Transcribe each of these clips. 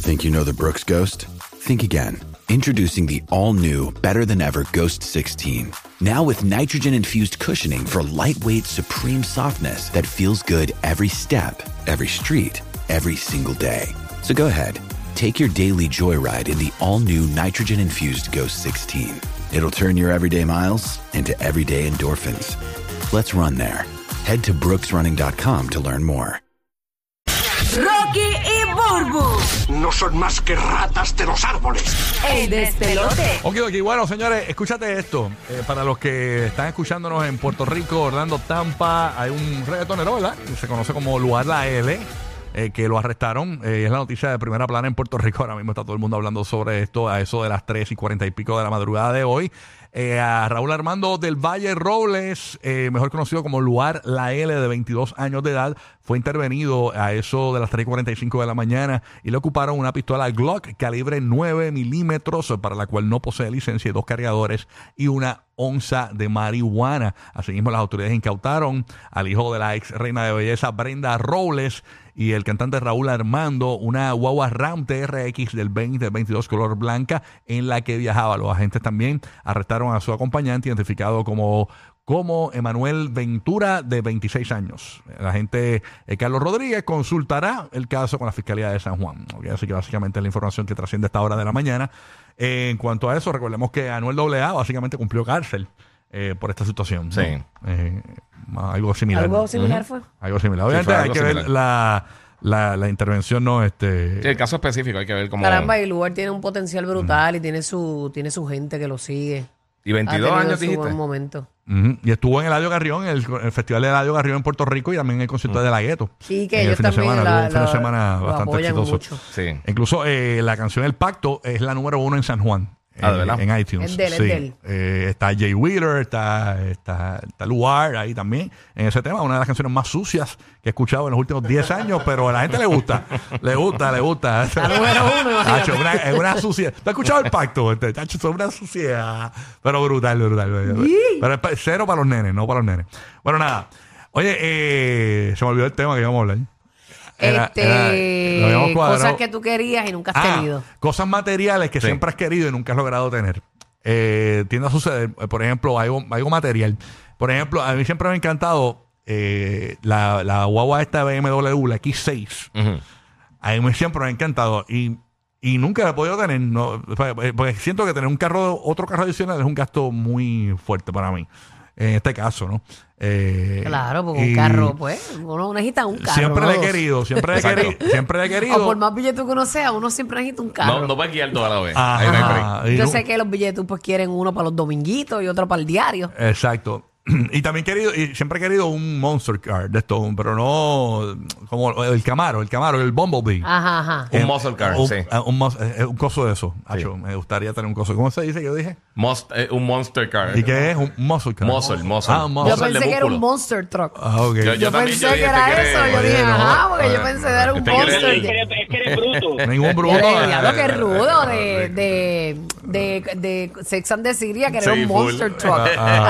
Think you know the Brooks Ghost? Think again. Introducing the all-new, better-than-ever Ghost 16. Now with nitrogen-infused cushioning for lightweight, supreme softness that feels good every step, every street, every single day. So go ahead, take your daily joyride in the all-new nitrogen-infused Ghost 16. It'll turn your everyday miles into everyday endorphins. Let's run there. Head to brooksrunning.com to learn more. Rocky y Burbu. No son más que ratas de los árboles. El despelote. Ok, bueno, señores, escúchate esto. Para los que están escuchándonos en Puerto Rico, Orlando, Tampa, hay un reggaetonero, ¿verdad? Que se conoce como Lugar La L, que lo arrestaron. Es la noticia de primera plana en Puerto Rico. Ahora mismo está todo el mundo hablando sobre esto a eso de las 3:40 y pico de la madrugada de hoy. A Raúl Armando del Valle Robles, mejor conocido como Lugar La L, de 22 años de edad, fue intervenido a eso de las 3:45 de la mañana y le ocuparon una pistola Glock calibre 9 milímetros, para la cual no posee licencia, y 2 cargadores y una onza de marihuana. Asimismo, las autoridades incautaron al hijo de la ex reina de belleza Brenda Robles y el cantante Raúl Armando una guagua Ram TRX del 2022 color blanca en la que viajaba. Los agentes también arrestaron a su acompañante, identificado como Emanuel Ventura, de 26 años. El agente Carlos Rodríguez consultará el caso con la Fiscalía de San Juan. Okay, así que básicamente es la información que trasciende a esta hora de la mañana. En cuanto a eso, recordemos que Anuel AA básicamente cumplió cárcel por esta situación, ¿no? Sí. Algo similar. ¿Algo similar fue? Algo similar. Obviamente hay que ver la intervención, ¿no? Sí, el caso específico hay que ver cómo... Caramba, y el lugar tiene un potencial brutal y tiene su gente que lo sigue. ¿Y 22 años dijiste? Buen momento. Y estuvo en el Carrión, el Festival de Eladio Carrión en Puerto Rico, y también en el concierto de La Gueto. Sí, que ellos también un fin de semana bastante exitoso. Mucho. Sí. Incluso la canción El Pacto es la número 1 en San Juan. ¿De verdad? En iTunes. Es de él. Está Jay Wheeler, está Lugar ahí también en ese tema. Una de las canciones más sucias que he escuchado en los últimos 10 años, pero a la gente le gusta. Le gusta. La número 1. Tacho, es una suciedad. ¿Tú has escuchado El Pacto? Tacho, es una suciedad. Pero brutal. Pero es cero para los nenes, no para los nenes. Bueno, nada. Oye, se me olvidó el tema que íbamos a hablar. Cosas que tú querías y nunca has tenido. Cosas materiales que siempre has querido y nunca has logrado tener. Tiende a suceder, por ejemplo, algo material. Por ejemplo, a mí siempre me ha encantado la guagua esta BMW, la X6. A mí siempre me ha encantado y nunca la he podido tener, ¿no? Porque siento que tener otro carro adicional es un gasto muy fuerte para mí. En este caso, ¿no? Claro, porque un carro, pues, uno necesita un carro. Siempre le he querido. O por más billetes que uno sea, uno siempre necesita un carro. No va a guiar toda la vez. Yo sé que los billetes pues quieren uno para los dominguitos y otro para el diario. Exacto. Y también siempre he querido un Monster Car de esto, pero no como el Camaro, el Bumblebee. Ajá. Un muscle car, sí. Un coso de eso. Sí. Me gustaría tener un coso. ¿Cómo se dice? Yo dije. Un Monster Car. ¿Y qué es? Un Muscle Car. Muscle. Yo pensé que era un Monster Truck. Okay. Yo pensé que era eso. Yo dije, porque yo pensé que era un Monster. Es que eres bruto. Ningún bruto. Diablo, que rudo de Sex and the City, que era un Monster Truck.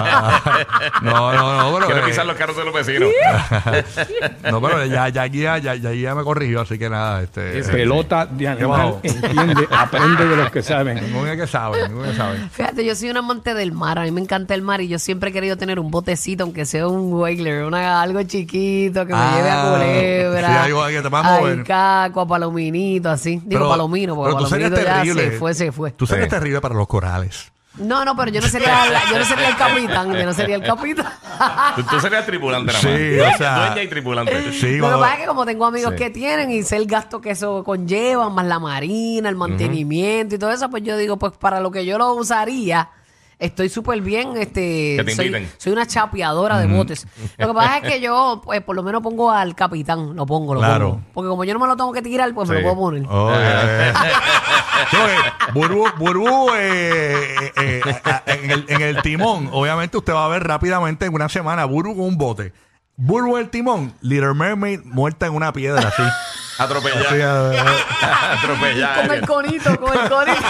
No, pero quiero pisar los carros de los vecinos. No, pero ya me corrigió, así que nada. Pelota de animal, entiende, aprende de los que saben. Ninguno que sabe. Fíjate, yo soy un amante del mar, a mí me encanta el mar y yo siempre he querido tener un botecito, aunque sea un whaler, algo chiquito que me lleve a Culebra. Sí, algo que te va a mover. Caco, a Palominito, así. Digo Palomino, porque Palominito ya se fue. Tú serías terrible para los corales. No, pero yo no sería el capitán. Tú serías tripulante, nada más. Sí, o sea, dueña y tripulante. Sí, lo que pasa es que como tengo amigos que tienen y sé el gasto que eso conlleva, más la marina, el mantenimiento y todo eso, pues yo digo, pues para lo que yo lo usaría, estoy súper bien. Que te inviten. Soy una chapeadora de botes. Lo que pasa es que yo, pues, por lo menos pongo al capitán. Lo pongo. Porque como yo no me lo tengo que tirar, pues me lo puedo poner. Burbu, en el timón, obviamente usted va a ver rápidamente en una semana Burbu con un bote. Burbu en el timón, Little Mermaid muerta en una piedra, así. Atropellar. Sí, Atropellar. Con el conito, con el conito.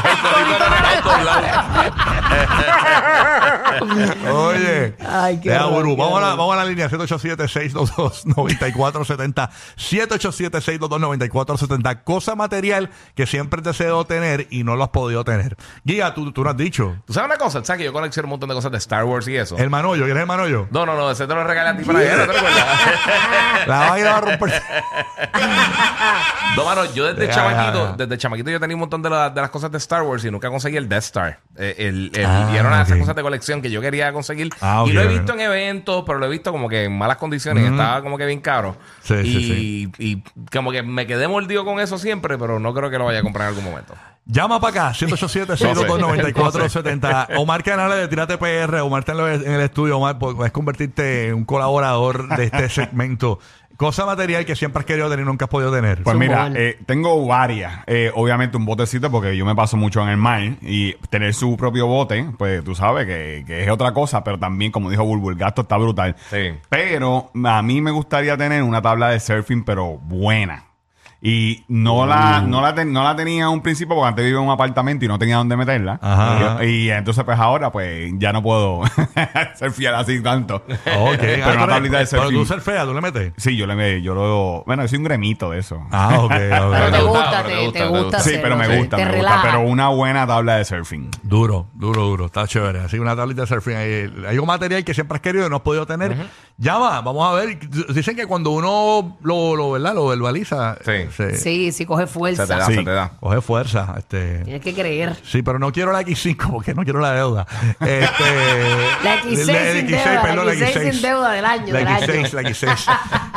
Oye, Ay, qué deja, horror, Gurú. qué Vamos a la línea 787-622-9470. 787-622-9470. Cosa material que siempre te deseo tener y no lo has podido tener. Giga, tú lo has dicho. ¿Tú sabes una cosa? ¿Sabes que yo colecciono un montón de cosas de Star Wars y eso? El manollo, ¿quieres el manollo? No, ese te lo regalé a ti para allá, ¿no te recuerdas? La vaina va a romper. No, mano, yo desde Ya, chamaquito, ya. yo tenía un montón de las cosas de Star Wars y nunca conseguí el Death Star. Y Ah, era una de esas ok. cosas de colección que yo quería conseguir. Ah, ok, y lo he ok. visto en eventos, pero lo he visto como que en malas condiciones. Estaba como que bien caro. Sí, y como que me quedé mordido con eso siempre, pero no creo que lo vaya a comprar en algún momento. Llama para acá, 187-622-9470. Omar Canales de Tírate PR. Omar está en el estudio. Omar, puedes convertirte en un colaborador de este segmento. Cosa material que siempre has querido tener y nunca has podido tener. Pues mira, Zumón. tengo varias. Obviamente un botecito porque yo me paso mucho en el mar y tener su propio bote, pues tú sabes que es otra cosa, pero también, como dijo Bulbul, el gasto está brutal. Sí. Pero a mí me gustaría tener una tabla de surfing, pero buena. Y no la tenía a un principio porque antes vivía en un apartamento y no tenía dónde meterla. Ajá. Y entonces pues ahora pues ya no puedo surfear así tanto. Ok. Pero una tablita de Pero surfing. tú surfeas, tú le metes. Sí, yo bueno, soy un gremito de eso. Ah, ok. Pero Pero te te gusta, gusta, te gusta Sí, hacerlo, pero me gusta, te me relaja. gusta. Pero una buena tabla de surfing. Duro. Está chévere. Así una tablita de surfing. Hay un material que siempre has querido y no has podido tener. Llama, vamos a ver. Dicen que cuando uno lo verbaliza, Sí. Sí, coge fuerza. Se te da, Sí. se te da. coge fuerza. Tienes que creer. Sí, pero no quiero la X5 porque no quiero la deuda. La X6 sin deuda, perdón, la X6 sin deuda del año. La del año. X6, la X6.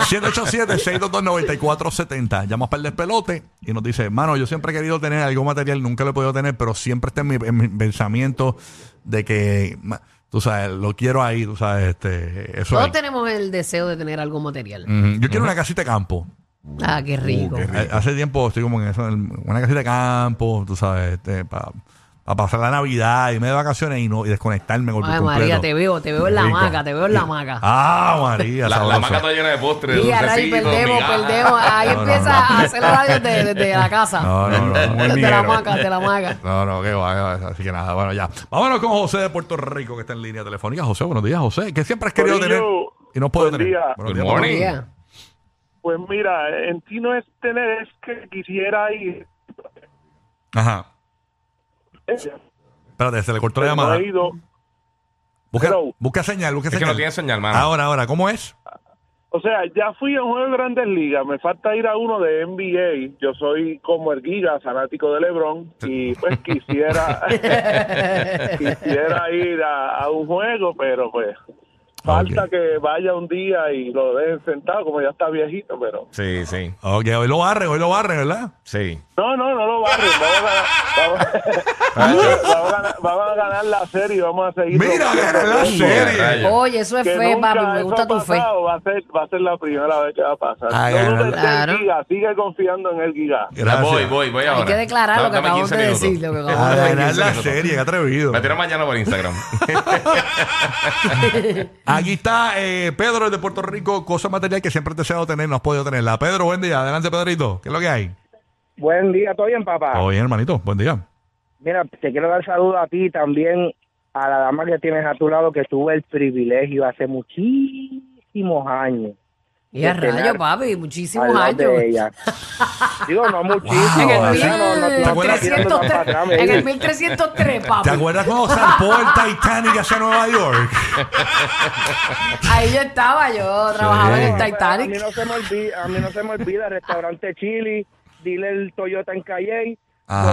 787-622-9470. Llamas para el despelote y nos dice, mano, yo siempre he querido tener algo material, nunca lo he podido tener, pero siempre está en mi pensamiento de que, tú sabes, lo quiero ahí, tú sabes, eso Todos ahí. tenemos el deseo de tener algo material. Yo quiero una casita de campo. Ah, qué rico. Hace tiempo estoy como en eso, una casita de campo, tú sabes, para pasar la Navidad, irme de vacaciones y desconectarme por Ay, completo. María, te veo en la Rico. hamaca, te veo en la hamaca. Ah, María, La sabroso. maca está llena de postres, Y a rayos dulcecitos, perdemos. migajas. Ahí No, empieza no. a hacer horarios desde la casa. No, Muy Desde miguero. la hamaca, desde la hamaca. No, qué va. Así que nada, bueno, ya. Vámonos con José de Puerto Rico, que está en línea telefónica. José, buenos días, José. ¿Qué siempre has querido Corillo, tener y no puedo buen tener? día. Buenos Good días, morning. Yeah. Pues mira, en ti no es tener, es que quisiera ir. Ajá. Espérate, se le cortó la Pero no llamada. he ido. Busca Hello. señal, busca Es que señal. no tiene señal, mano. Ahora, ¿cómo es? O sea, ya fui a un juego de Grandes Ligas, me falta ir a uno de NBA. Yo soy como el Giga, fanático de LeBron, y pues quisiera ir a un juego, pero pues falta Ok. que vaya un día y lo dejen sentado, como ya está viejito, pero... Sí, sí, Ok, hoy lo barren, ¿verdad? sí. No lo barren, vamos a ganar la serie y vamos a seguir. Mira, ganar la rompiendo. serie. Rayo. Oye, eso es Que fe, nunca papi. Me eso gusta ha tu fe. pasado, va a ser la primera vez que va a pasar. Ay, No dudes claro. del Giga, sigue confiando en el Giga. Gracias. Voy ahora. Hay que declarar lo que Dame acabamos 15 de minutos. decir. Lo que acabamos A de decir. ganar la 15 minutos. serie, qué atrevido. Me tiro mañana por Instagram. Aquí está Pedro de Puerto Rico, cosa material que siempre has deseado tener, no has podido tenerla. Pedro, buen día. Adelante, Pedrito. ¿Qué es lo que hay? Buen día, ¿todo bien, papá? Todo bien, hermanito. Buen día. Mira, te quiero dar saludo a ti y también a la dama que tienes a tu lado, que tuve el privilegio hace muchísimos años. Y a de tener rayo, papi, muchísimos al lado años. de ella. Digo, no muchísimo. En el Wow. ¿verdad? No ¿Te acuerdas? 1303, en el 1303, ¿Te papi. acuerdas cuando zarpó el Titanic hacia Nueva York? Ahí yo estaba, yo trabajaba en el A Titanic. mí no se me olvida, el restaurante Chili, dile el Toyota en Calle, Ajá.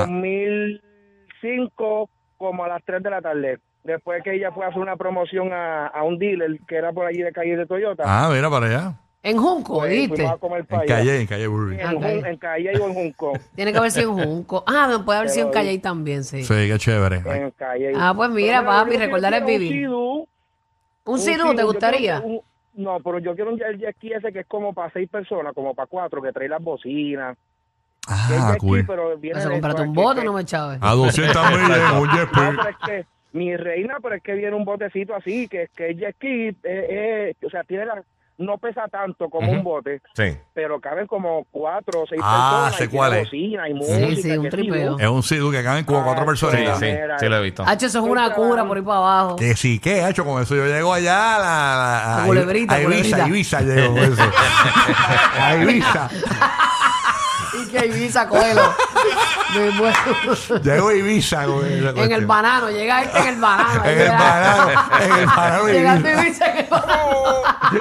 2005, como a las 3 de la tarde. Después que ella fue a hacer una promoción a un dealer que era por allí de Calle de Toyota. Ah, mira para allá. En Junco, Pues, ¿viste? fuimos a comer para En allá. Calle Burry. En Calle o en Junco. Tiene que haber sido en Junco. Ah, no, puede haber sido en Pero- Calle también, sí. Sí, qué chévere. En Calle. Ah, pues mira, Pero papi, yo recordar es quiero vivir. Un ¿Un Sidú, Sidú te yo gustaría? quiero no, pero yo quiero el jet ski ese que es como para 6 personas, como para 4, que trae las bocinas. Que es Ah, jet ski, cool. pero viene Eso, de cómprate eso, un que- bote, que- no me chaves. A 200 millas, un jet No, ski. pero es que mi reina, pero es que viene un botecito así, que es jet ski, o sea, tiene no pesa tanto como un bote, Sí. pero caben como 4 o 6 Ah, personas. sé y cuál tiene es. bocina y Sí, música. sí, un que tripeo. Es un Sidú que caben como 4 Sí, personas. sí. Sí lo he visto. Hacho, eso es una cura por ir para abajo. Que sí, ¿qué ha hecho con eso? Yo llego allá A Culebrita, a Ibiza, Culebrita. Ibiza llego con eso. A Ibiza. Y que Ibiza, cógelo. Me muero. Llego a Ibiza con esa En el cuestión. banano, llega en el banano. En el banano de Llegando a Ibiza. Ibiza en el banano.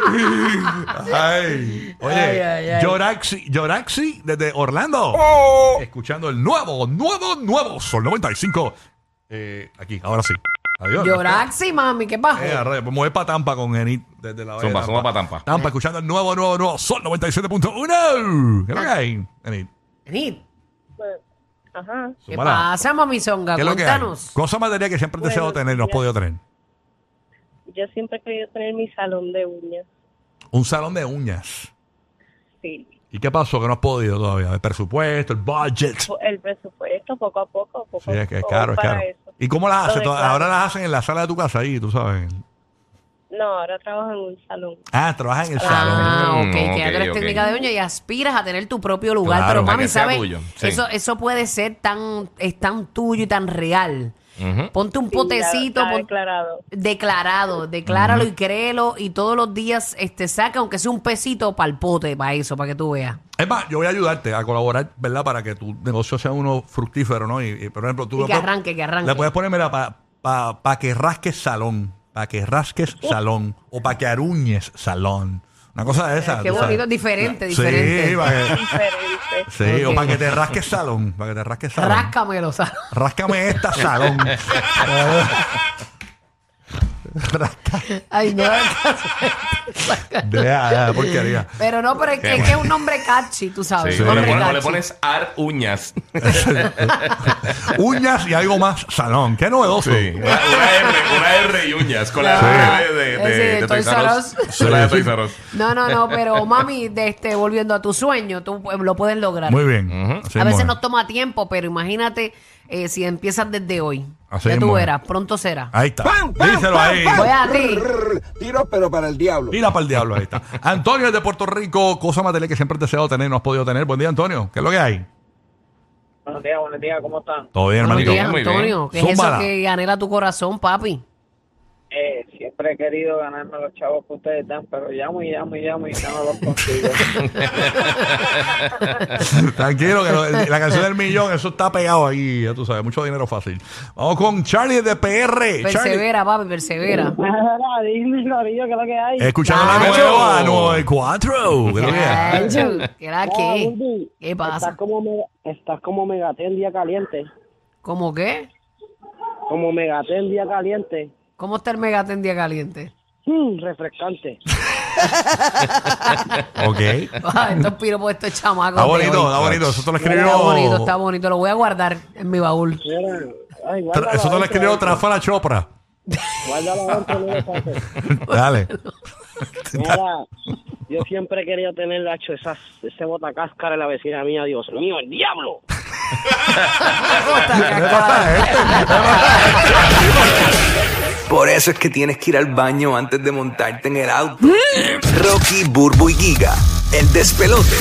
Ay. Oye, Ay, ay, ay. Yoraxi desde Orlando. Escuchando el nuevo Sol 95. Aquí, ahora sí. Adiós. Yoraxi, mami, ¿qué pasó? Pues me voy para Tampa con Enid desde la Zumba para Tampa. Tampa, escuchando el nuevo Sol 97.1. ¿Qué es lo que hay, Enid? Enid, Ajá. ¿qué Zúmbala. pasa, mami zonga? ¿Qué es lo que hay? Cuéntanos. Cosa material que siempre he deseado Bueno, tener y no has ya. podido tener. Yo siempre he querido tener mi salón de uñas. Un salón de uñas. Sí. ¿Y qué pasó que no has podido todavía? El presupuesto, el budget. El presupuesto, poco a poco. Sí, es que es poco caro, es para caro. eso. ¿Y cómo las Lo haces? de claro. Ahora las hacen en la sala de tu casa ahí, tú sabes. No, ahora trabajo en un salón. Ah, trabajas en el salón. Ah, ok, que ya tú eres ok. técnica de uña y aspiras a tener tu propio lugar. Claro, Pero para mami, que sea ¿sabes? tuyo, sí. Eso puede ser es tan tuyo y tan real. Ujú. Ponte un Sí, potecito, ya declarado. decláralo y créelo y todos los días saca aunque sea un pesito para el pote, para eso, para que tú veas. Es más, yo voy a ayudarte a colaborar, ¿verdad? Para que tu negocio sea uno fructífero, ¿no? Y, por ejemplo, tú Y le que puedes- arranque, que arranque. Le puedes poner, mira, para que rasques salón. Para que rasques salón. O para que aruñes salón. Una cosa de esa. Qué tú bonito, sabes. diferente, Sí, diferente. para que, Diferente. sí, o Ok. para que te rasques salón. Para que te rasques salón. Ráscamelo, ¿sabes? Ráscame esta salón. Ay, no. Deja, porquería. Pero no, pero es que es un nombre catchy, tú sabes. Sí, un o le nombre pones, o le catchy. pones uñas. Uñas y algo más salón. Qué novedoso. Sí. Una R y uñas. Con la Sí. R de de Toys R Us. Toys Con la de Toys R Us. No, pero mami, volviendo a tu sueño, tú lo puedes lograr. Muy bien. Ujú. Así A veces mismo nos es. toma tiempo, pero imagínate si empiezas desde hoy. Así Ya tú mismo es. verás, pronto será. Ahí está. Díselo ahí. Voy a ti. Tiro, pero para el diablo. Tira para el diablo, ahí está. Antonio es de Puerto Rico, cosa material que siempre he deseado tener y no has podido tener. Buen día, Antonio. ¿Qué es lo que hay? Buenos días, ¿cómo están? Todo bien, Buenos hermanito. días, muy bien. Antonio. ¿Qué es eso Zúmbala. que anhela tu corazón, papi? Siempre he querido ganarme los chavos que ustedes dan, pero llamo y no los consigo. Tranquilo, que la canción del millón, eso está pegado ahí, ya tú sabes, mucho dinero fácil. Vamos con Charlie de PR. Charlie, Persevera, papi, persevera. Dime, Corillo, ¿qué es lo que hay? escuchando la Nacho. nueva 94. ¿Qué es lo que hay? Nacho, ¿qué era qué? Bulbi, ¿Qué pasa? Estás como Megaté en día caliente. ¿Cómo qué? Como Megaté en día caliente. ¿Cómo está el Megate en día caliente? Refrescante. Ok. Ay, estos piropos, estos chamacos. Está de bonito, hoy. está bonito. Eso te lo Está escribió. bonito. Lo voy a guardar en mi baúl. Eso te lo escribió Trafala Chopra. Guárdalo adentro, no lo pases. Dale. Mira, yo siempre he querido tener, Lacho, ese botacáscara en la vecina mía. Dios mío, el diablo. Por eso es que tienes que ir al baño antes de montarte en el auto. Rocky, Burbu y Giga, el despelote.